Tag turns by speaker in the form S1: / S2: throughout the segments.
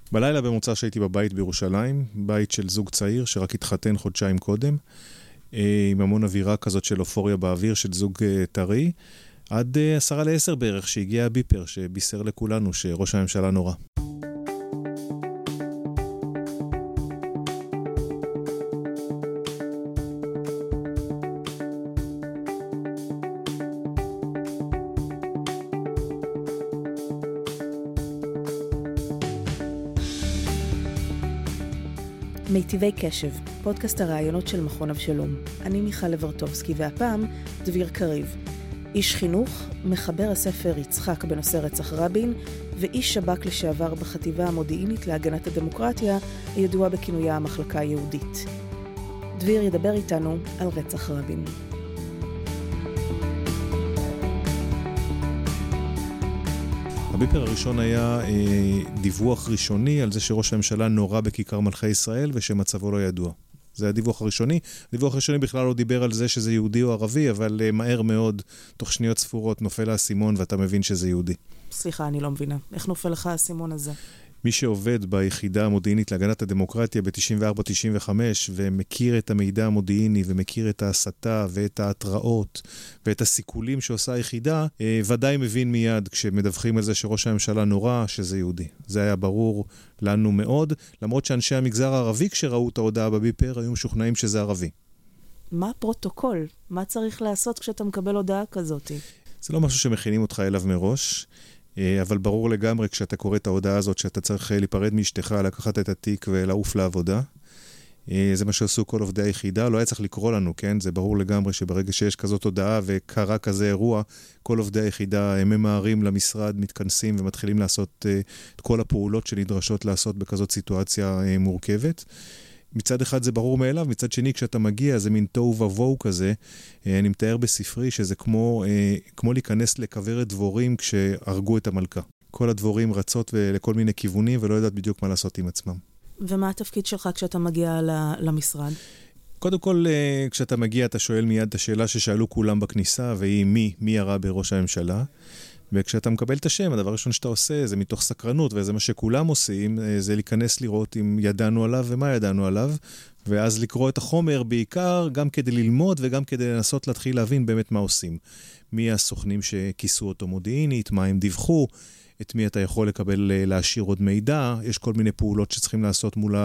S1: בלילה במוצא שהייתי בבית בירושלים, בית של זוג צעיר שרק התחתן חודשיים קודם, עם המון אווירה כזאת של אופוריה באוויר של זוג טרי, עד 9:50 בערך שהגיע הביפר שבישר לכולנו שראש הממשלה נורא.
S2: מיטיבי קשב, פודקאסט הרעיונות של מכון אבשלום. אני מיכל לברטובסקי, והפעם דביר קריב. איש חינוך, מחבר הספר יצחק בנושא רצח רבין, ואיש שב"כ לשעבר בחטיבה המודיעינית להגנת הדמוקרטיה, הידועה בכינויה המחלקה היהודית. דביר ידבר איתנו על רצח רבין.
S1: הביפר הראשון היה דיווח ראשוני על זה שראש הממשלה נורא בכיכר מלכי ישראל ושמצבו לא ידוע. זה הדיווח הראשוני. הדיווח הראשוני בכלל לא דיבר על זה שזה יהודי או ערבי, אבל מהר מאוד, תוך שניות ספורות, נופל האסימון ואתה מבין שזה יהודי.
S2: סליחה, אני לא מבינה. איך נופל לך האסימון הזה?
S1: מי שעובד ביחידה המודיעינית להגנת הדמוקרטיה ב-94-95 ומכיר את המידע המודיעיני ומכיר את ההסתה ואת ההתראות ואת הסיכולים שעושה היחידה, ודאי מבין מיד כשמדווחים על זה שראש הממשלה נורא שזה יהודי. זה היה ברור לנו מאוד, למרות שאנשי המגזר הערבי כשראו את ההודעה בביפר היו משוכנעים שזה ערבי.
S2: מה הפרוטוקול? מה צריך לעשות כשאתה מקבל הודעה כזאת?
S1: זה לא משהו שמכינים אותך אליו מראש, אבל ברור לגמרי כשאתה קורא את ההודעה הזאת שאתה צריך להיפרד מאשתך, לקחת את התיק ולעוף לעבודה. זה מה שעשו כל עובדי היחידה, לא היה צריך לקרוא לנו, כן? זה ברור לגמרי שברגע שיש כזאת הודעה וקרה כזה אירוע, כל עובדי היחידה הם ממהרים למשרד, מתכנסים ומתחילים לעשות את כל הפעולות שנדרשות לעשות בכזאת סיטואציה מורכבת. מצד אחד זה ברור מאליו, מצד שני כשאתה מגיע זה מין תוהו ובוהו כזה, אני מתאר בספרי שזה כמו להיכנס לכוורת דבורים כשהרגו את המלכה. כל הדבורים רצות לכל מיני כיוונים ולא יודעת בדיוק מה לעשות עם עצמם.
S2: ומה התפקיד שלך כשאתה מגיע למשרד?
S1: קודם כל, כשאתה מגיע אתה שואל מיד את השאלה ששאלו כולם בכניסה, והיא מי ירה בראש הממשלה. וכשאתה מקבל את השם, הדבר הראשון שאתה עושה זה מתוך סקרנות, וזה מה שכולם עושים, זה להיכנס לראות אם ידענו עליו ומה ידענו עליו, ואז לקרוא את החומר בעיקר, גם כדי ללמוד וגם כדי לנסות להתחיל להבין באמת מה עושים. מי הסוכנים שכיסו אותו מודיעינית, מה הם דיווחו, את מי אתה יכול לקבל להשאיר עוד מידע, יש כל מיני פעולות שצריכים לעשות מול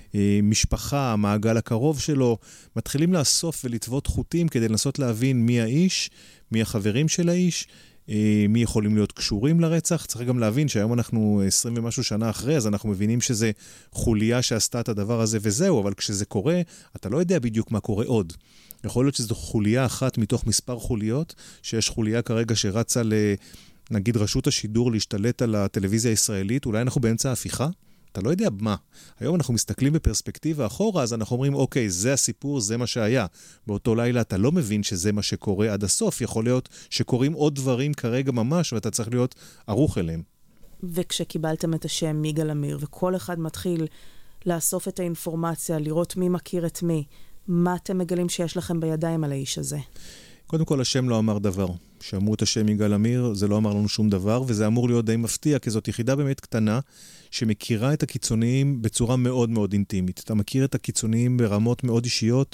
S1: המשפחה, המעגל הקרוב שלו, מתחילים לאסוף ולטוות חוטים כדי לנסות להבין מי האיש, מי החברים של האיש, מי יכולים להיות קשורים לרצח. צריך גם להבין שהיום אנחנו 20 ומשהו שנה אחרי, אז אנחנו מבינים שזה חוליה שעשתה את הדבר הזה וזהו, אבל כשזה קורה, אתה לא יודע בדיוק מה קורה עוד. יכול להיות שזו חוליה אחת מתוך מספר חוליות, שיש חוליה כרגע שרצה נגיד רשות השידור להשתלט על הטלוויזיה הישראלית, אולי אנחנו באמצע ההפיכה? אתה לא יודע מה. היום אנחנו מסתכלים בפרספקטיבה אחורה, אז אנחנו אומרים, אוקיי, זה הסיפור, זה מה שהיה. באותו לילה אתה לא מבין שזה מה שקורה עד הסוף, יכול להיות שקורים עוד דברים כרגע ממש, ואתה צריך להיות ערוך אליהם.
S2: וכשקיבלתם את השם יגאל עמיר, וכל אחד מתחיל לאסוף את האינפורמציה, לראות מי מכיר את מי, מה אתם מגלים שיש לכם בידיים על האיש הזה?
S1: קודם כל, השם לא אמר דבר. שאמרו את השם יגאל עמיר, זה לא אמר לנו שום דבר, וזה אמור להיות די מפתיע, כי זאת יחידה באמת קטנה, שמכירה את הקיצוניים בצורה מאוד מאוד אינטימית. אתה מכיר את הקיצוניים ברמות מאוד אישיות,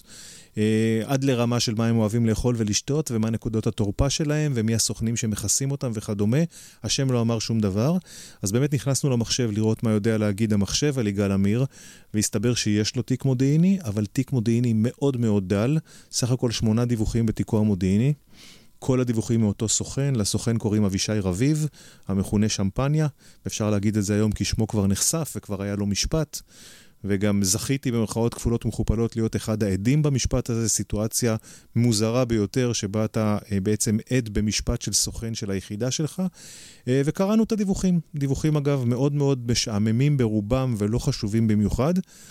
S1: עד לרמה של מה הם אוהבים לאכול ולשתות, ומה נקודות התורפה שלהם, ומי הסוכנים שמכסים אותם וכדומה. השם לא אמר שום דבר. אז באמת נכנסנו למחשב לראות מה יודע להגיד המחשב על יגאל עמיר, והסתבר שיש לו תיק מודיעיני, אבל תיק מודיעיני מאוד מאוד דל, סך הכל 8 דיווחים בתיקו המודיעיני. כל הדיווחים מאותו סוכן, לסוכן קוראים אבישי רביב, המכונה שמפניה, אפשר להגיד את זה היום כי שמו כבר נחשף וכבר היה לו משפט, וגם זכיתי במרכאות כפולות ומכופלות להיות אחד העדים במשפט הזה, סיטואציה מוזרה ביותר שבה אתה בעצם עד במשפט של סוכן של היחידה שלך, וקראנו את הדיווחים. דיווחים אגב מאוד מאוד משעממים ברובם ולא חשובים במיוחד,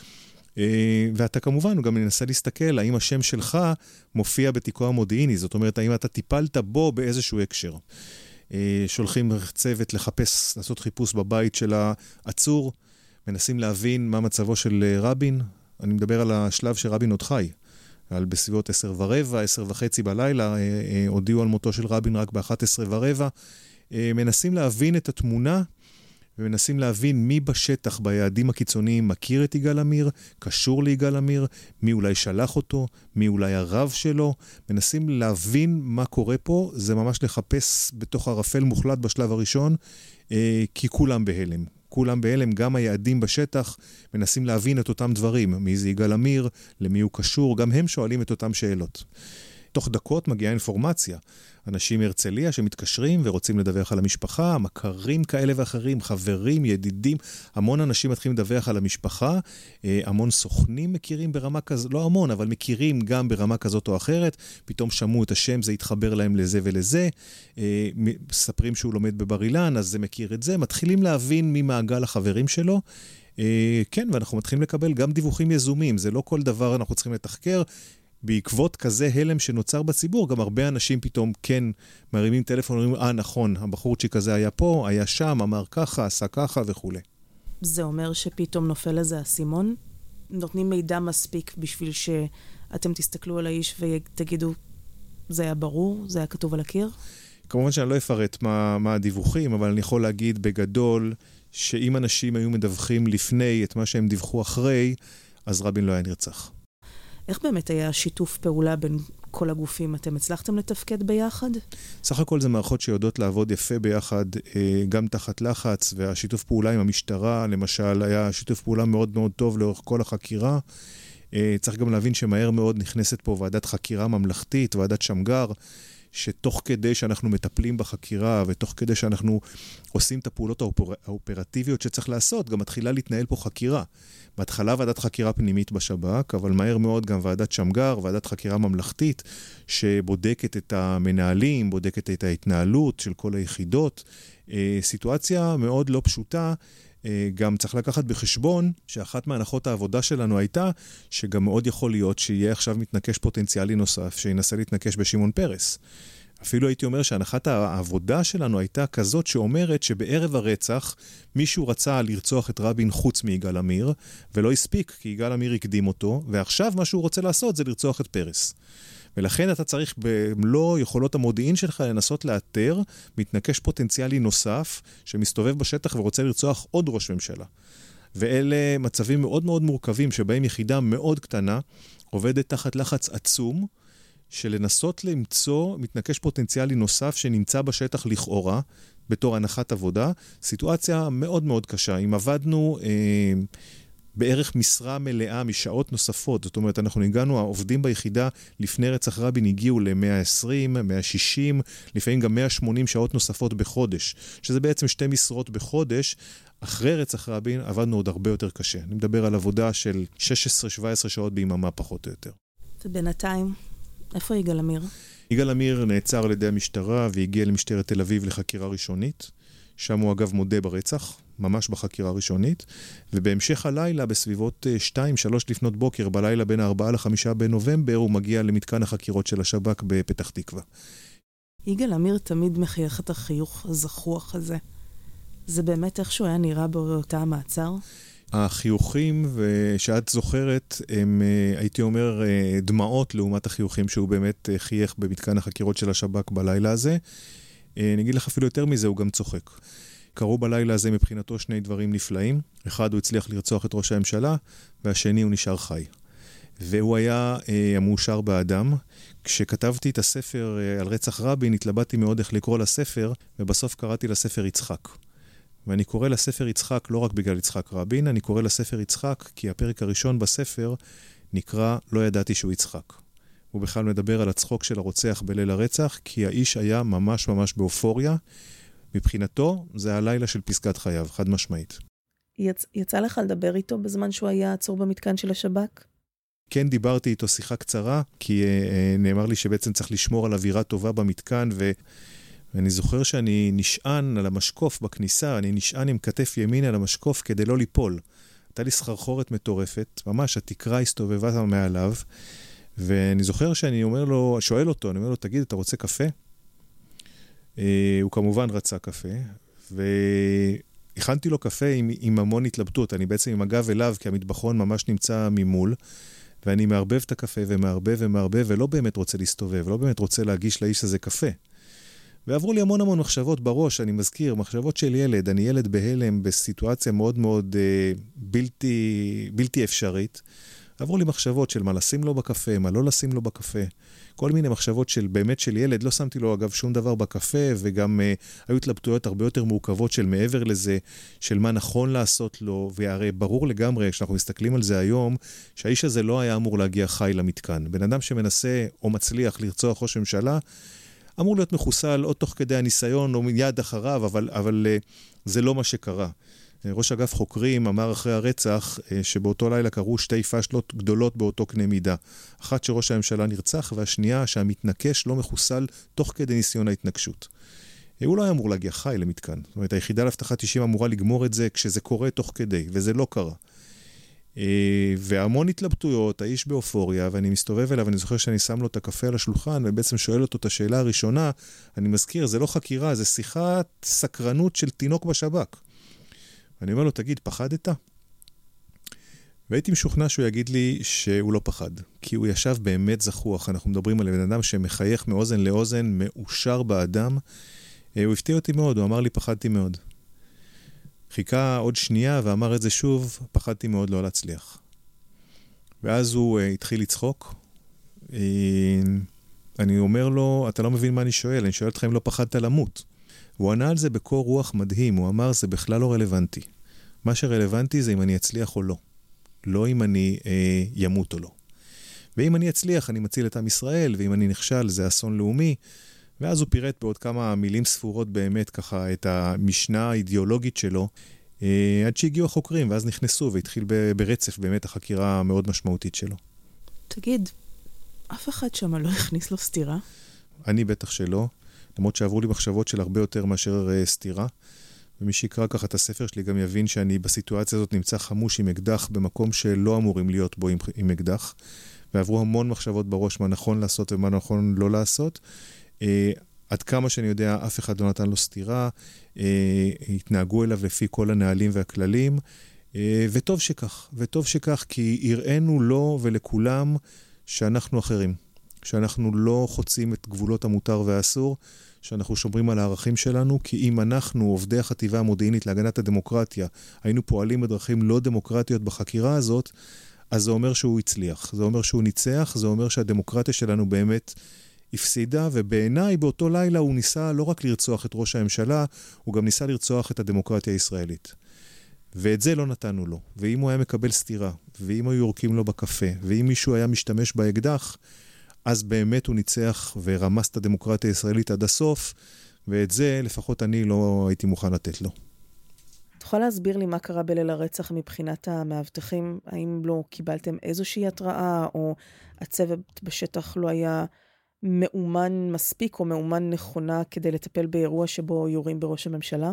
S1: ואתה כמובן גם ננסה להסתכל האם השם שלך מופיע בתיקו המודיעיני, זאת אומרת האם אתה טיפלת בו באיזשהו הקשר. שולחים צוות לחפש, לעשות חיפוש בבית של העצור, מנסים להבין מה מצבו של רבין. אני מדבר על השלב שרבין עוד חי, על בסביבות 10:15, 10:30 בלילה, הודיעו על מותו של רבין רק ב-11:15, מנסים להבין את התמונה, ומנסים להבין מי בשטח, ביעדים הקיצוניים, מכיר את יגאל עמיר, קשור ליגאל עמיר, מי אולי שלח אותו, מי אולי הרב שלו. מנסים להבין מה קורה פה, זה ממש לחפש בתוך ערפל מוחלט בשלב הראשון, כי כולם בהלם. כולם בהלם, גם היעדים בשטח, מנסים להבין את אותם דברים, מי זה יגאל עמיר, למי הוא קשור, גם הם שואלים את אותם שאלות. תוך דקות מגיעה אינפורמציה. אנשים מהרצליה שמתקשרים ורוצים לדווח על המשפחה, מכרים כאלה ואחרים, חברים, ידידים, המון אנשים מתחילים לדווח על המשפחה, המון סוכנים מכירים ברמה כזאת, לא המון, אבל מכירים גם ברמה כזאת או אחרת, פתאום שמעו את השם, זה יתחבר להם לזה ולזה, מספרים שהוא לומד בבר אילן, אז זה מכיר את זה, מתחילים להבין ממעגל החברים שלו, כן, ואנחנו מתחילים לקבל גם דיווחים יזומים, זה לא כל דבר אנחנו צריכים לתחקר, בעקבות כזה הלם שנוצר בציבור, גם הרבה אנשים פתאום כן מרימים טלפון, אומרים, נכון, הבחורצ'יק הזה היה פה, היה שם, אמר ככה, עשה ככה וכו'.
S2: זה אומר שפתאום נופל לזה הסימון? נותנים מידע מספיק בשביל שאתם תסתכלו על האיש ותגידו, זה היה ברור, זה היה כתוב על הקיר?
S1: כמובן שאני לא אפרט מה הדיווחים, אבל אני יכול להגיד בגדול, שאם אנשים היו מדווחים לפני את מה שהם דיווחו אחרי, אז רבין לא היה נרצח.
S2: איך באמת היה שיתוף פעולה בין כל הגופים? אתם הצלחתם לתפקד ביחד?
S1: סך הכל זה מערכות שיודעות לעבוד יפה ביחד, גם תחת לחץ, והשיתוף פעולה עם המשטרה, למשל, היה שיתוף פעולה מאוד מאוד טוב לאורך כל החקירה. צריך גם להבין שמהר מאוד נכנסת פה ועדת חקירה ממלכתית, ועדת שמגר, שתוך כדי שאנחנו מטפלים בחקירה, ותוך כדי שאנחנו עושים את הפעולות האופרטיביות שצריך לעשות, גם מתחילה להתנהל פה חקירה. בהתחלה ועדת חקירה פנימית בשב"כ, אבל מהר מאוד גם ועדת שמגר, ועדת חקירה ממלכתית, שבודקת את המנהלים, בודקת את ההתנהלות של כל היחידות. סיטואציה מאוד לא פשוטה, גם צריך לקחת בחשבון שאחת מהנחות העבודה שלנו הייתה, שגם מאוד יכול להיות שיהיה עכשיו מתנקש פוטנציאלי נוסף, שינסה להתנקש בשמעון פרס. אפילו הייתי אומר שהנחת העבודה שלנו הייתה כזאת שאומרת שבערב הרצח מישהו רצה לרצוח את רבין חוץ מיגאל עמיר, ולא הספיק כי יגאל עמיר הקדים אותו, ועכשיו מה שהוא רוצה לעשות זה לרצוח את פרס. ולכן אתה צריך במלוא יכולות המודיעין שלך לנסות לאתר מתנקש פוטנציאלי נוסף שמסתובב בשטח ורוצה לרצוח עוד ראש ממשלה. ואלה מצבים מאוד מאוד מורכבים שבהם יחידה מאוד קטנה עובדת תחת לחץ עצום של לנסות למצוא מתנקש פוטנציאלי נוסף שנמצא בשטח לכאורה בתור הנחת עבודה. סיטואציה מאוד מאוד קשה. אם עבדנו בערך משרה מלאה משעות נוספות, זאת אומרת, אנחנו הגענו, העובדים ביחידה לפני רצח רבין הגיעו ל-120, 160, לפעמים גם 180 שעות נוספות בחודש, שזה בעצם 2 משרות בחודש. אחרי רצח רבין עבדנו עוד הרבה יותר קשה. אני מדבר על עבודה של 16-17 שעות ביממה פחות או יותר.
S2: ובינתיים, איפה יגאל עמיר?
S1: יגאל עמיר נעצר על ידי המשטרה והגיע למשטרת תל אביב לחקירה ראשונית. שם הוא אגב מודה ברצח, ממש בחקירה ראשונית, ובהמשך הלילה, בסביבות 2-3 לפנות בוקר, בלילה בין 4 ל-5 בנובמבר, הוא מגיע למתקן החקירות של השב"כ בפתח תקווה.
S2: יגאל עמיר תמיד מחייך את החיוך הזחוח הזה. זה באמת איך שהוא היה נראה באותה המעצר?
S1: החיוכים שאת זוכרת הם, הייתי אומר, דמעות לעומת החיוכים שהוא באמת חייך במתקן החקירות של השב"כ בלילה הזה. אני אגיד לך אפילו יותר מזה, הוא גם צוחק. קרו בלילה הזה מבחינתו 2 דברים נפלאים. אחד, הוא הצליח לרצוח את ראש הממשלה, והשני, הוא נשאר חי. והוא היה המאושר באדם. כשכתבתי את הספר על רצח רבין, התלבטתי מאוד איך לקרוא לספר, ובסוף קראתי לספר יצחק. ואני קורא לספר יצחק לא רק בגלל יצחק רבין, אני קורא לספר יצחק כי הפרק הראשון בספר נקרא לא ידעתי שהוא יצחק. הוא בכלל מדבר על הצחוק של הרוצח בליל הרצח, כי האיש היה ממש ממש באופוריה. מבחינתו, זה הלילה של פסקת חייו, חד משמעית.
S2: יצא לך לדבר איתו בזמן שהוא היה עצור במתקן של השב"כ?
S1: כן, דיברתי איתו שיחה קצרה, כי נאמר לי שבעצם צריך לשמור על אווירה טובה במתקן, ואני זוכר שאני נשען על המשקוף בכניסה, אני נשען עם כתף ימין על המשקוף כדי לא ליפול. הייתה לי סחרחורת מטורפת, ממש התקרה הסתובבה מעליו, ואני זוכר שאני שואל אותו, אני אומר לו, תגיד, אתה רוצה קפה? הוא כמובן רצה קפה, והכנתי לו קפה עם המון התלבטות, אני בעצם עם הגב אליו, כי המטבחון ממש נמצא ממול, ואני מערבב את הקפה ומערבב ומערבב, ולא באמת רוצה להסתובב, לא באמת רוצה להגיש לאיש הזה קפה. ועברו לי המון מחשבות בראש, אני מזכיר, מחשבות של ילד, אני ילד בהלם, בסיטואציה מאוד מאוד בלתי אפשרית. עברו לי מחשבות של מה לשים לו בקפה, מה לא לשים לו בקפה. כל מיני מחשבות של באמת של ילד, לא שמתי לו אגב שום דבר בקפה, וגם היו התלבטויות הרבה יותר מורכבות של מעבר לזה, של מה נכון לעשות לו, והרי ברור לגמרי, כשאנחנו מסתכלים על זה היום, שהאיש הזה לא היה אמור להגיע חי למתקן. בן אדם שמנסה או מצליח לרצוח ראש ממשלה, אמור להיות מחוסל או תוך כדי הניסיון או מיד אחריו, אבל זה לא מה שקרה. ראש אגף חוקרים אמר אחרי הרצח שבאותו לילה קרו שתי פשלות גדולות באותו קנה מידה. אחת שראש הממשלה נרצח, והשנייה שהמתנקש לא מחוסל תוך כדי ניסיון ההתנגשות. הוא לא היה אמור להגיע חי למתקן. זאת אומרת, היחידה לאבטחת אישים אמורה לגמור את זה כשזה קורה תוך כדי, וזה לא קרה. והמון התלבטויות, האיש באופוריה, ואני מסתובב אליו, ואני זוכר שאני שם לו את הקפה על השולחן, ובעצם שואל אותו את השאלה הראשונה, אני מזכיר, זה לא חקירה, זה שיחת סקרנות של תינוק בשב"כ. אני אומר לו, תגיד, פחדת? והייתי משוכנע שהוא יגיד לי שהוא לא פחד, כי הוא ישב באמת זכוח. אנחנו מדברים על בן אדם שמחייך מאוזן לאוזן, מאושר באדם. הוא הפתיע אותי מאוד, הוא אמר לי, פחדתי מאוד. חיכה עוד שנייה ואמר את זה שוב, פחדתי מאוד לא להצליח. ואז הוא התחיל לצחוק. אני אומר לו, אתה לא מבין מה אני שואל, אני שואל אותך אם לא פחדת למות. והוא ענה על זה בקור רוח מדהים, הוא אמר, זה בכלל לא רלוונטי. מה שרלוונטי זה אם אני אצליח או לא. לא אם אני ימות או לא. ואם אני אצליח, אני מציל את עם ישראל, ואם אני נכשל, זה אסון לאומי. ואז הוא פירט בעוד כמה מילים ספורות באמת ככה את המשנה האידיאולוגית שלו, עד שהגיעו החוקרים, ואז נכנסו והתחיל ברצף באמת החקירה המאוד משמעותית שלו.
S2: תגיד, אף אחד שם לא הכניס לו סתירה?
S1: אני בטח שלא, למרות שעברו לי מחשבות של הרבה יותר מאשר סתירה, ומי שיקרא ככה את הספר שלי גם יבין שאני בסיטואציה הזאת נמצא חמוש עם אקדח במקום שלא אמורים להיות בו עם אקדח, ועברו המון מחשבות בראש מה נכון לעשות ומה נכון לא לעשות. עד כמה שאני יודע, אף אחד לא נתן לו סתירה, התנהגו אליו לפי כל הנהלים והכללים, וטוב שכך, כי הראינו לו ולכולם שאנחנו אחרים, שאנחנו לא חוצים את גבולות המותר והאסור, שאנחנו שומרים על הערכים שלנו, כי אם אנחנו, עובדי החטיבה המודיעינית להגנת הדמוקרטיה, היינו פועלים בדרכים לא דמוקרטיות בחקירה הזאת, אז זה אומר שהוא הצליח, זה אומר שהוא ניצח, זה אומר שהדמוקרטיה שלנו באמת הפסידה, ובעיניי באותו לילה הוא ניסה לא רק לרצוח את ראש הממשלה, הוא גם ניסה לרצוח את הדמוקרטיה הישראלית. ואת זה לא נתנו לו. ואם הוא היה מקבל סתירה, ואם היו יורקים לו בקפה, ואם מישהו היה משתמש באקדח, אז באמת הוא ניצח ורמס את הדמוקרטיה הישראלית עד הסוף, ואת זה לפחות אני לא הייתי מוכן לתת לו.
S2: תוכל להסביר לי מה קרה בליל הרצח מבחינת המאבטחים? האם לא קיבלתם איזושהי התראה, או הצוות בשטח לא היה מאומן מספיק או מאומן נכונה כדי לטפל באירוע שבו יורים בראש הממשלה?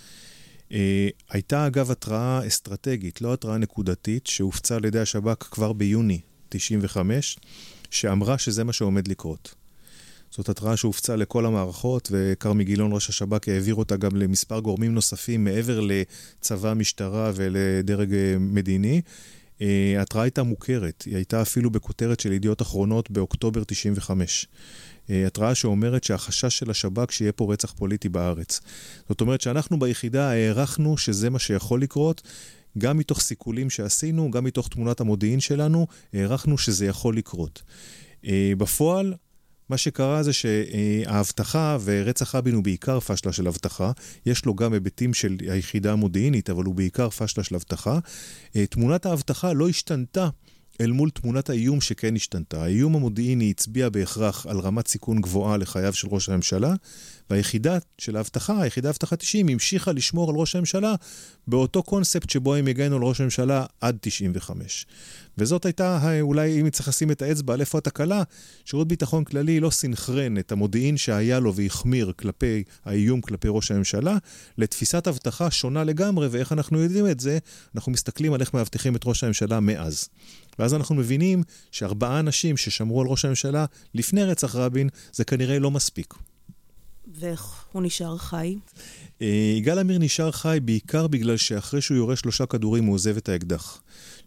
S1: הייתה אגב התראה אסטרטגית, לא התראה נקודתית, שהופצה על ידי השב"כ כבר ביוני 95, שאמרה שזה מה שעומד לקרות. זאת התראה שהופצה לכל המערכות, וקרמי גילון ראש השב"כ העביר אותה גם למספר גורמים נוספים מעבר לצבא, משטרה ולדרג מדיני. התראה הייתה מוכרת, היא הייתה אפילו בכותרת של ידיעות אחרונות באוקטובר 95. התראה שאומרת שהחשש של השב"כ שיהיה פה רצח פוליטי בארץ. זאת אומרת שאנחנו ביחידה הערכנו שזה מה שיכול לקרות, גם מתוך סיכולים שעשינו, גם מתוך תמונת המודיעין שלנו, הערכנו שזה יכול לקרות. בפועל, מה שקרה זה שההבטחה ורצח רבין הוא בעיקר פשלה של הבטחה, יש לו גם היבטים של היחידה המודיעינית, אבל הוא בעיקר פשלה של הבטחה. תמונת ההבטחה לא השתנתה אל מול תמונת האיום שכן השתנתה. האיום המודיעיני הצביע בהכרח על רמת סיכון גבוהה לחייו של ראש הממשלה, והיחידה של ההבטחה, היחידה הבטחת 90, המשיכה לשמור על ראש הממשלה באותו קונספט שבו הם הגענו על ראש הממשלה עד 95. וזאת הייתה, אולי אם צריך לשים את האצבע על איפה התקלה, שירות ביטחון כללי לא סינכרן את המודיעין שהיה לו והחמיר כלפי האיום כלפי ראש הממשלה, לתפיסת הבטחה שונה לגמרי, ואיך אנחנו יודעים את זה? אנחנו מסתכלים על איך מאבטחים את ראש הממשלה מאז. ואז אנחנו מבינים ש4 אנשים ששמרו על ראש הממשלה לפני רצח רבין, זה כנראה לא מספיק.
S2: ואיך הוא נשאר חי?
S1: יגאל עמיר נשאר חי בעיקר בגלל שאחרי שהוא יורה 3 כדורים הוא עוזב את האקדח.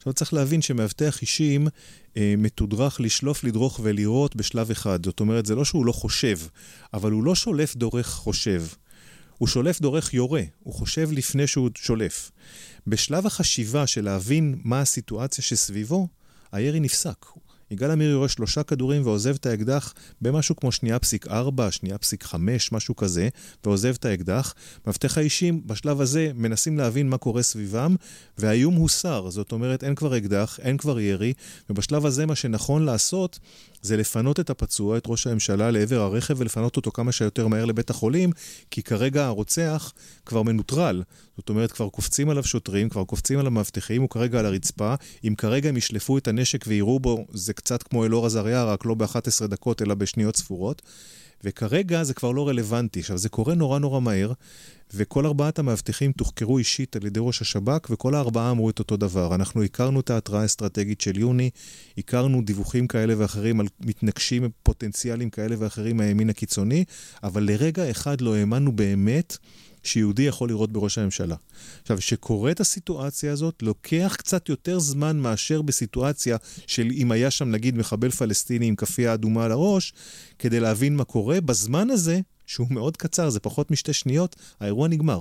S1: עכשיו צריך להבין שמאבטח אישים מתודרך לשלוף, לדרוך ולירות בשלב אחד. זאת אומרת, זה לא שהוא לא חושב, אבל הוא לא שולף דורך חושב. הוא שולף דורך יורה, הוא חושב לפני שהוא שולף. בשלב החשיבה של להבין מה הסיטואציה שסביבו, הירי נפסק. יגאל עמיר יורה 3 כדורים ועוזב את האקדח במשהו כמו 2.4, 2.5, משהו כזה, ועוזב את האקדח. מאבטח האישים בשלב הזה מנסים להבין מה קורה סביבם, והאיום הוסר. זאת אומרת, אין כבר אקדח, אין כבר ירי, ובשלב הזה מה שנכון לעשות זה לפנות את הפצוע, את ראש הממשלה, לעבר הרכב ולפנות אותו כמה שיותר מהר לבית החולים, כי כרגע הרוצח כבר מנוטרל. זאת אומרת, כבר קופצים עליו שוטרים, כבר קופצים על המאבטחים, הוא כרגע על הרצפה. אם כרגע הם ישלפו את הנשק ויראו בו, זה קצת כמו אלאור עזריה, רק לא ב-11 דקות, אלא בשניות ספורות. וכרגע זה כבר לא רלוונטי. עכשיו, זה קורה נורא נורא מהר, וכל 4 המאבטחים תוחקרו אישית על ידי ראש השב"כ, וכל 4 אמרו את אותו דבר. אנחנו הכרנו את ההתראה האסטרטגית של יוני, הכרנו דיווחים כאלה ואחרים על מתנגשים פוטנציאליים כאלה ואחרים מהימין הקיצוני, אבל לרגע אחד לא האמנו באמת שיהודי יכול לראות בראש הממשלה. עכשיו, שקורה את הסיטואציה הזאת, לוקח קצת יותר זמן מאשר בסיטואציה של אם היה שם נגיד מחבל פלסטיני עם כפייה אדומה על הראש, כדי להבין מה קורה. בזמן הזה, שהוא מאוד קצר, זה פחות מ2 שניות, האירוע נגמר.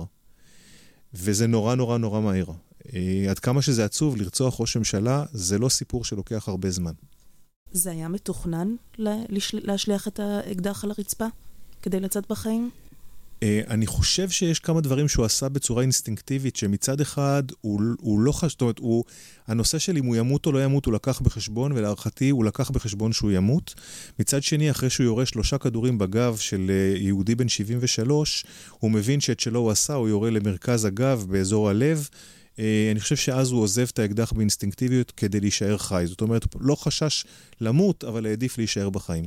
S1: וזה נורא נורא נורא מהיר. עד כמה שזה עצוב, לרצוח ראש ממשלה, זה לא סיפור שלוקח הרבה זמן.
S2: זה היה מתוכנן להשליח את האקדח על הרצפה כדי לצאת בחיים?
S1: אני חושב שיש כמה דברים שהוא עשה בצורה אינסטינקטיבית, שמצד אחד הוא לא חש... זאת אומרת, הנושא של אם הוא ימות או לא ימות, הוא לקח בחשבון, ולהערכתי הוא לקח בחשבון שהוא ימות. מצד שני, אחרי שהוא יורה 3 כדורים בגב של יהודי בן 73, הוא מבין שאת שלו הוא עשה, הוא יורה למרכז הגב באזור הלב. אני חושב שאז הוא עוזב את האקדח באינסטינקטיביות כדי להישאר חי. זאת אומרת, הוא לא חשש למות, אבל העדיף להישאר בחיים.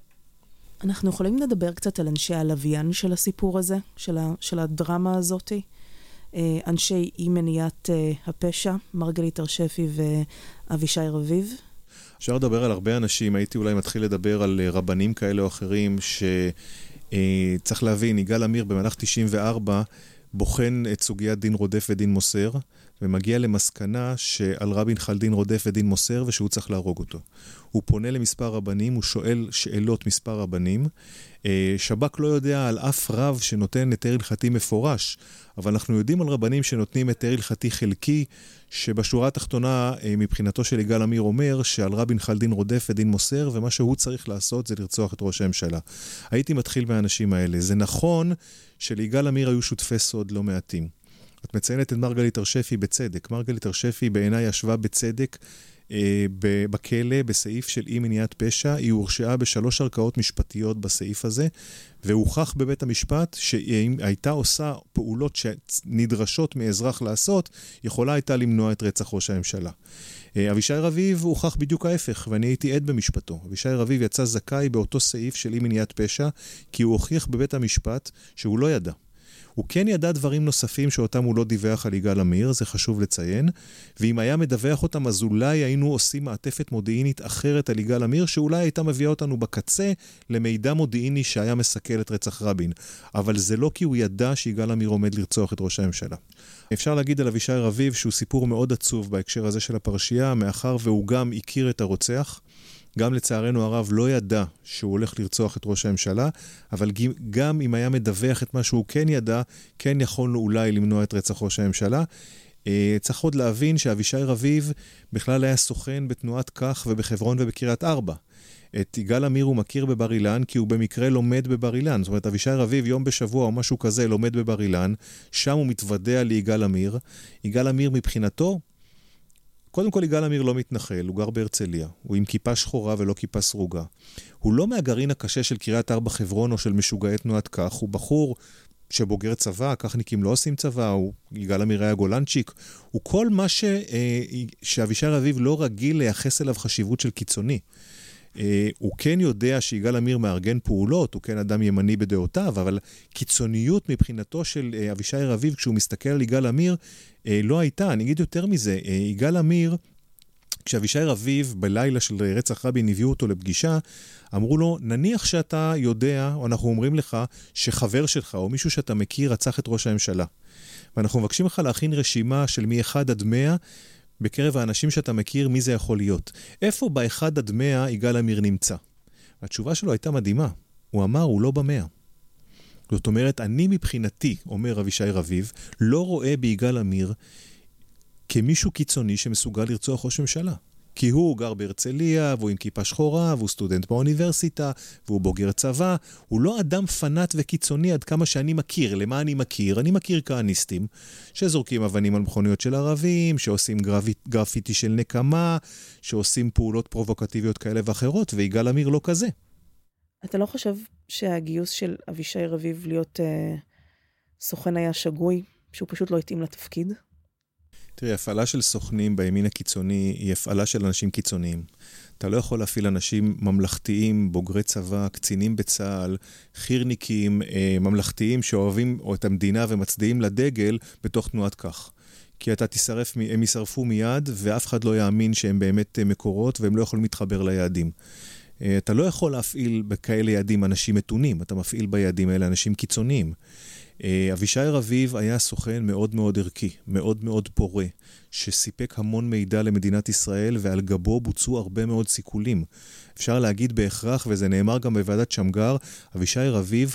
S2: אנחנו יכולים לדבר קצת על אנשי הלוויין של הסיפור הזה, של הדרמה הזאת, אנשי אי מניעת הפשע, מרגלית תרשפי ואבישי רביב.
S1: אפשר לדבר על הרבה אנשים, הייתי אולי מתחיל לדבר על רבנים כאלה או אחרים, שצריך להבין, יגאל עמיר במהלך 94 בוחן את סוגיית דין רודף ודין מוסר, ומגיע למסקנה שעל רבין חל דין רודף ודין מוסר, ושהוא צריך להרוג אותו. הוא פונה למספר רבנים, הוא שואל שאלות מספר רבנים. שב"כ לא יודע על אף רב שנותן היתר הלכתי מפורש, אבל אנחנו יודעים על רבנים שנותנים היתר הלכתי חלקי, שבשורה התחתונה מבחינתו של יגאל עמיר אומר שעל רבין חל דין רודף ודין מוסר, ומה שהוא צריך לעשות זה לרצוח את ראש הממשלה. הייתי מתחיל מהאנשים האלה. זה נכון שליגאל עמיר היו שותפי סוד לא מעטים. את מציינת את מרגלית תרשפי בצדק. מרגלית תרשפי בעיניי ישבה בצדק בכלא בסעיף של אי מניעת פשע. היא הורשעה ב3 ערכאות משפטיות בסעיף הזה, והוכח בבית המשפט שאם הייתה עושה פעולות שנדרשות מאזרח לעשות, יכולה הייתה למנוע את רצח ראש הממשלה. אבישי רביב הוכח בדיוק ההפך, ואני הייתי עד במשפטו. אבישי רביב יצא זכאי באותו סעיף של אי מניעת פשע, כי הוא הוכיח בבית המשפט שהוא לא ידע. הוא כן ידע דברים נוספים שאותם הוא לא דיווח על יגאל עמיר, זה חשוב לציין, ואם היה מדווח אותם, אז אולי היינו עושים מעטפת מודיעינית אחרת על יגאל עמיר, שאולי הייתה מביאה אותנו בקצה למידע מודיעיני שהיה מסכל את רצח רבין. אבל זה לא כי הוא ידע שיגאל עמיר עומד לרצוח את ראש הממשלה. אפשר להגיד על אבישי רביב שהוא סיפור מאוד עצוב בהקשר הזה של הפרשייה, מאחר והוא גם הכיר את הרוצח, גם לצערנו הרב לא ידע שהוא הולך לרצוח את ראש הממשלה, אבל גם אם היה מדווח את מה שהוא כן ידע, כן יכולנו אולי למנוע את רצח ראש הממשלה. צריך עוד להבין שאבישי רביב בכלל היה סוכן בתנועת כך ובחברון ובקריית 4. את יגאל עמיר הוא מכיר בבר אילן, כי הוא במקרה לומד בבר אילן. זאת אומרת, אבישי רביב יום בשבוע או משהו כזה לומד בבר אילן, שם הוא מתוודע ליגאל עמיר. יגאל עמיר מבחינתו, קודם כל יגאל עמיר לא מתנחל, הוא גר בהרצליה. הוא עם כיפה שחורה ולא כיפה סרוגה. הוא לא מהגרעין הקשה של קריית 4 חברון או של משוגעי תנועת כך. הוא בחור שבוגר צבא, כחניקים לא עושים צבא, יגאל עמיר היה גולנצ'יק. הוא כל מה שאבישי רביב לא רגיל לייחס אליו חשיבות של קיצוני. הוא כן יודע שיגאל עמיר מארגן פעולות, הוא כן אדם ימני בדעותיו, אבל קיצוניות מבחינתו של אבישי רביב, כשהוא מסתכל על יגאל עמיר, לא הייתה. אני אגיד יותר מזה, יגאל עמיר, כשאבישי רביב בלילה של רצח רבין הביאו אותו לפגישה, אמרו לו, נניח שאתה יודע, או אנחנו אומרים לך, שחבר שלך או מישהו שאתה מכיר רצח את ראש הממשלה. ואנחנו מבקשים לך להכין רשימה של מ-1 עד 100, בקרב האנשים שאתה מכיר, מי זה יכול להיות? איפה ב1 עד 100 יגאל עמיר נמצא? התשובה שלו הייתה מדהימה. הוא אמר, הוא לא ב100. זאת אומרת, אני מבחינתי, אומר אבישי רביב, לא רואה ביגאל עמיר כמישהו קיצוני שמסוגל לרצוח ראש ממשלה. כי הוא גר בהרצליה, והוא עם כיפה שחורה, והוא סטודנט באוניברסיטה, והוא בוגר צבא. הוא לא אדם פנאט וקיצוני עד כמה שאני מכיר. למה אני מכיר? אני מכיר כהניסטים שזורקים אבנים על מכוניות של ערבים, שעושים גרפיטי של נקמה, שעושים פעולות פרובוקטיביות כאלה ואחרות, ויגאל עמיר לא כזה.
S2: אתה לא חושב שהגיוס של אבישי רביב להיות סוכן היה שגוי, שהוא פשוט לא התאים לתפקיד?
S1: תראי, הפעלה של סוכנים בימין הקיצוני היא הפעלה של אנשים קיצוניים. אתה לא יכול להפעיל אנשים ממלכתיים, בוגרי צבא, קצינים בצה"ל, חירניקים, ממלכתיים שאוהבים את המדינה ומצדיעים לדגל בתוך תנועת כך. כי אתה תשרף, הם ישרפו מיד ואף אחד לא יאמין שהם באמת מקורות והם לא יכולים להתחבר ליעדים. אתה לא יכול להפעיל בכאלה יעדים אנשים מתונים, אתה מפעיל ביעדים האלה אנשים קיצוניים. אבישי רביב היה סוכן מאוד מאוד ערכי, מאוד מאוד פורה, שסיפק המון מידע למדינת ישראל, ועל גבו בוצעו הרבה מאוד סיכולים. אפשר להגיד בהכרח, וזה נאמר גם בוועדת שמגר, אבישי רביב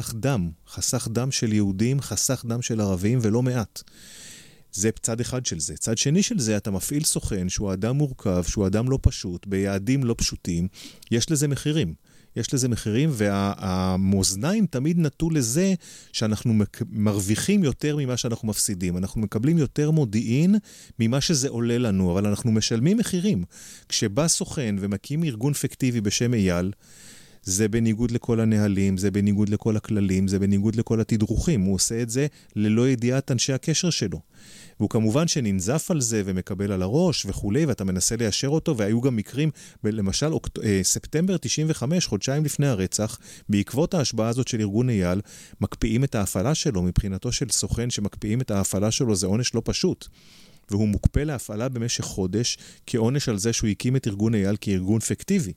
S1: חסך דם של יהודים, חסך דם של ערבים, ולא מעט. זה צד אחד של זה. צד שני של זה, אתה מפעיל סוכן שהוא אדם מורכב, שהוא אדם לא פשוט, ביעדים לא פשוטים, יש לזה מחירים. יש לזה מחירים, והמאזניים תמיד נטו לזה שאנחנו מרוויחים יותר ממה שאנחנו מפסידים. אנחנו מקבלים יותר מודיעין ממה שזה עולה לנו, אבל אנחנו משלמים מחירים. כשבא סוכן ומקים ארגון פיקטיבי בשם אייל, זה בניגוד לכל הנהלים, זה בניגוד לכל הכללים, זה בניגוד לכל התדרוכים. הוא עושה את זה ללא ידיעת אנשי הקשר שלו. והוא כמובן שננזף על זה ומקבל על הראש וכולי, ואתה מנסה ליישר אותו, והיו גם מקרים, למשל ספטמבר 95, חודשיים לפני הרצח, בעקבות ההשבעה הזאת של ארגון אייל, מקפיאים את ההפעלה שלו. מבחינתו של סוכן שמקפיאים את ההפעלה שלו, זה עונש לא פשוט. והוא מוקפא להפעלה במשך חודש, כעונש על זה שהוא הקים את ארגון אייל כארגון פיקטיבי.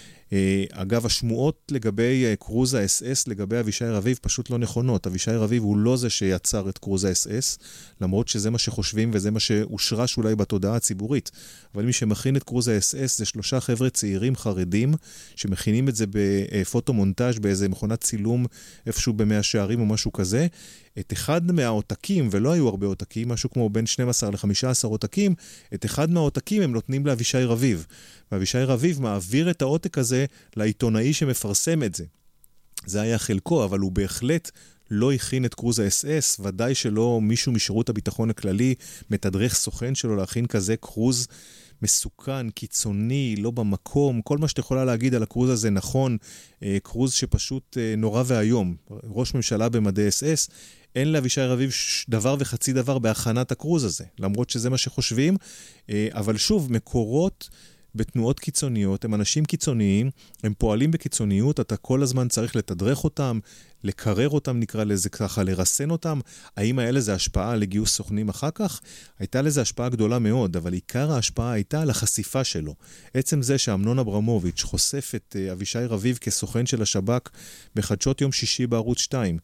S1: אגב, השמועות לגבי קרוז ה-SS, לגבי אבישי רביב, פשוט לא נכונות. אבישי רביב הוא לא זה שיצר את קרוז ה-SS, למרות שזה מה שחושבים וזה מה שהושרש אולי בתודעה הציבורית. אבל מי שמכין את קרוז ה-SS זה 3 חבר'ה צעירים חרדים, שמכינים את זה בפוטומונטאז' באיזה מכונת צילום איפשהו במאה שערים או משהו כזה. את אחד מהעותקים, ולא היו הרבה עותקים, משהו כמו בין 12 ל-15 עותקים, את אחד מהעותקים הם נותנים לאבישי רביב. ואבישי רביב מעביר את העותק הזה לעיתונאי שמפרסם את זה. זה היה חלקו, אבל הוא בהחלט לא הכין את קרוז ה-SS, ודאי שלא מישהו משירות הביטחון הכללי מתדרך סוכן שלו להכין כזה קרוז מסוכן, קיצוני, לא במקום. כל מה שאתה יכולה להגיד על הקרוז הזה נכון, קרוז שפשוט נורא והיום. ראש ממשלה במדי SS, אין לאבישי רביב דבר וחצי דבר בהכנת הקרוז הזה, למרות שזה מה שחושבים. אבל שוב, מקורות בתנועות קיצוניות, הם אנשים קיצוניים, הם פועלים בקיצוניות, אתה כל הזמן צריך לתדרך אותם, לקרר אותם, נקרא לזה ככה, לרסן אותם. האם היה לזה השפעה לגיוס סוכנים אחר כך? הייתה לזה השפעה גדולה מאוד, אבל עיקר ההשפעה הייתה על החשיפה שלו. עצם זה שאמנון אברמוביץ' חושף את אבישי רביב כסוכן של השב"כ בחדשות יום שישי בערוץ 2,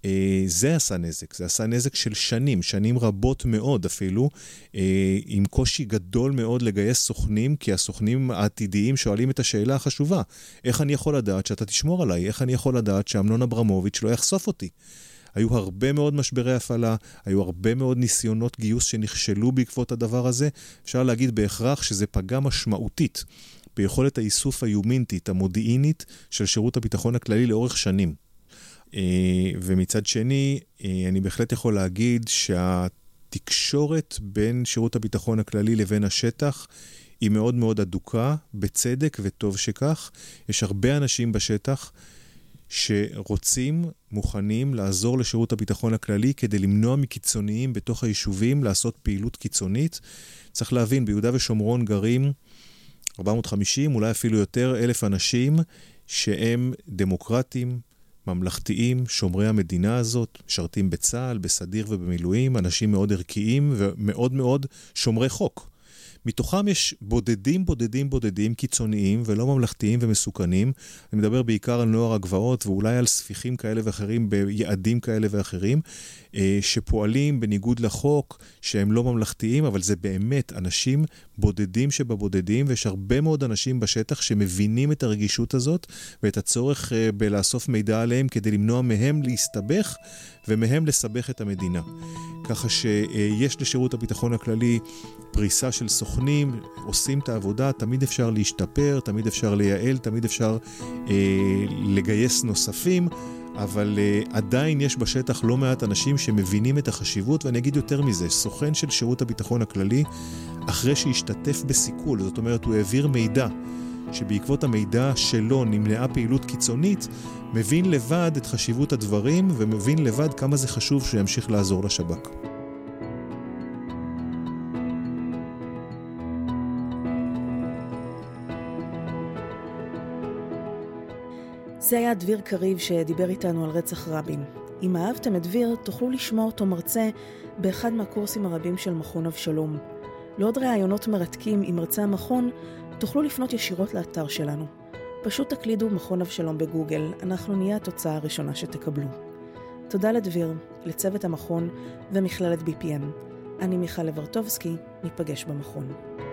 S1: זה עשה נזק, זה עשה נזק של שנים רבות מאוד אפילו, עם קושי גדול מאוד לגייס סוכנים, כי הסוכנים העתידיים שואלים את השאלה החשובה, איך אני יכול לדעת שאתה תשמור עליי? איך אני יכול לדעת שאמנון אברמוביץ' לא יחשוף אותי? היו הרבה מאוד משברי הפעלה, היו הרבה מאוד ניסיונות גיוס שנכשלו בעקבות הדבר הזה. אפשר להגיד בהכרח שזה פגע משמעותית ביכולת האיסוף היומינטית, המודיעינית של שירות הביטחון הכללי לאורך שנים. ומצד שני, אני בהחלט יכול להגיד שהתקשורת בין שירות הביטחון הכללי לבין השטח היא מאוד מאוד אדוקה, בצדק וטוב שכך. יש הרבה אנשים בשטח שרוצים, מוכנים לעזור לשירות הביטחון הכללי כדי למנוע מקיצוניים בתוך היישובים לעשות פעילות קיצונית. צריך להבין, ביהודה ושומרון גרים 450, אולי אפילו יותר, 1,000 אנשים שהם דמוקרטים, ממלכתיים, שומרי המדינה הזאת, משרתים בצה"ל, בסדיר ובמילואים, אנשים מאוד ערכיים ומאוד מאוד שומרי חוק. מתוכם יש בודדים קיצוניים ולא ממלכתיים ומסוכנים. אני מדבר בעיקר על נוער הגבעות ואולי על ספיחים כאלה ואחרים ביעדים כאלה ואחרים, שפועלים בניגוד לחוק, שהם לא ממלכתיים, אבל זה באמת אנשים בודדים שבבודדים, ויש הרבה מאוד אנשים בשטח שמבינים את הרגישות הזאת ואת הצורך בלאסוף מידע עליהם כדי למנוע מהם להסתבך ומהם לסבך את המדינה. ככה שיש לשירות הביטחון הכללי פריסה של סוכנים, עושים את העבודה, תמיד אפשר להשתפר, תמיד אפשר לייעל, תמיד אפשר לגייס נוספים, אבל עדיין יש בשטח לא מעט אנשים שמבינים את החשיבות, ואני אגיד יותר מזה, סוכן של שירות הביטחון הכללי, אחרי שהשתתף בסיכול, זאת אומרת הוא העביר מידע, שבעקבות המידע שלו נמנעה פעילות קיצונית, מבין לבד את חשיבות הדברים, ומבין לבד כמה זה חשוב שימשיך לעזור לשב"כ.
S2: זה היה דביר קריב שדיבר איתנו על רצח רבין. אם אהבתם את דביר, תוכלו לשמוע אותו מרצה באחד מהקורסים הרבים של מכון אבשלום. לעוד ראיונות מרתקים עם מרצה המכון, תוכלו לפנות ישירות לאתר שלנו. פשוט תקלידו מכון אבשלום בגוגל, אנחנו נהיה התוצאה הראשונה שתקבלו. תודה לדביר, לצוות המכון ומכללת BPM. אני מיכל לברטובסקי, ניפגש במכון.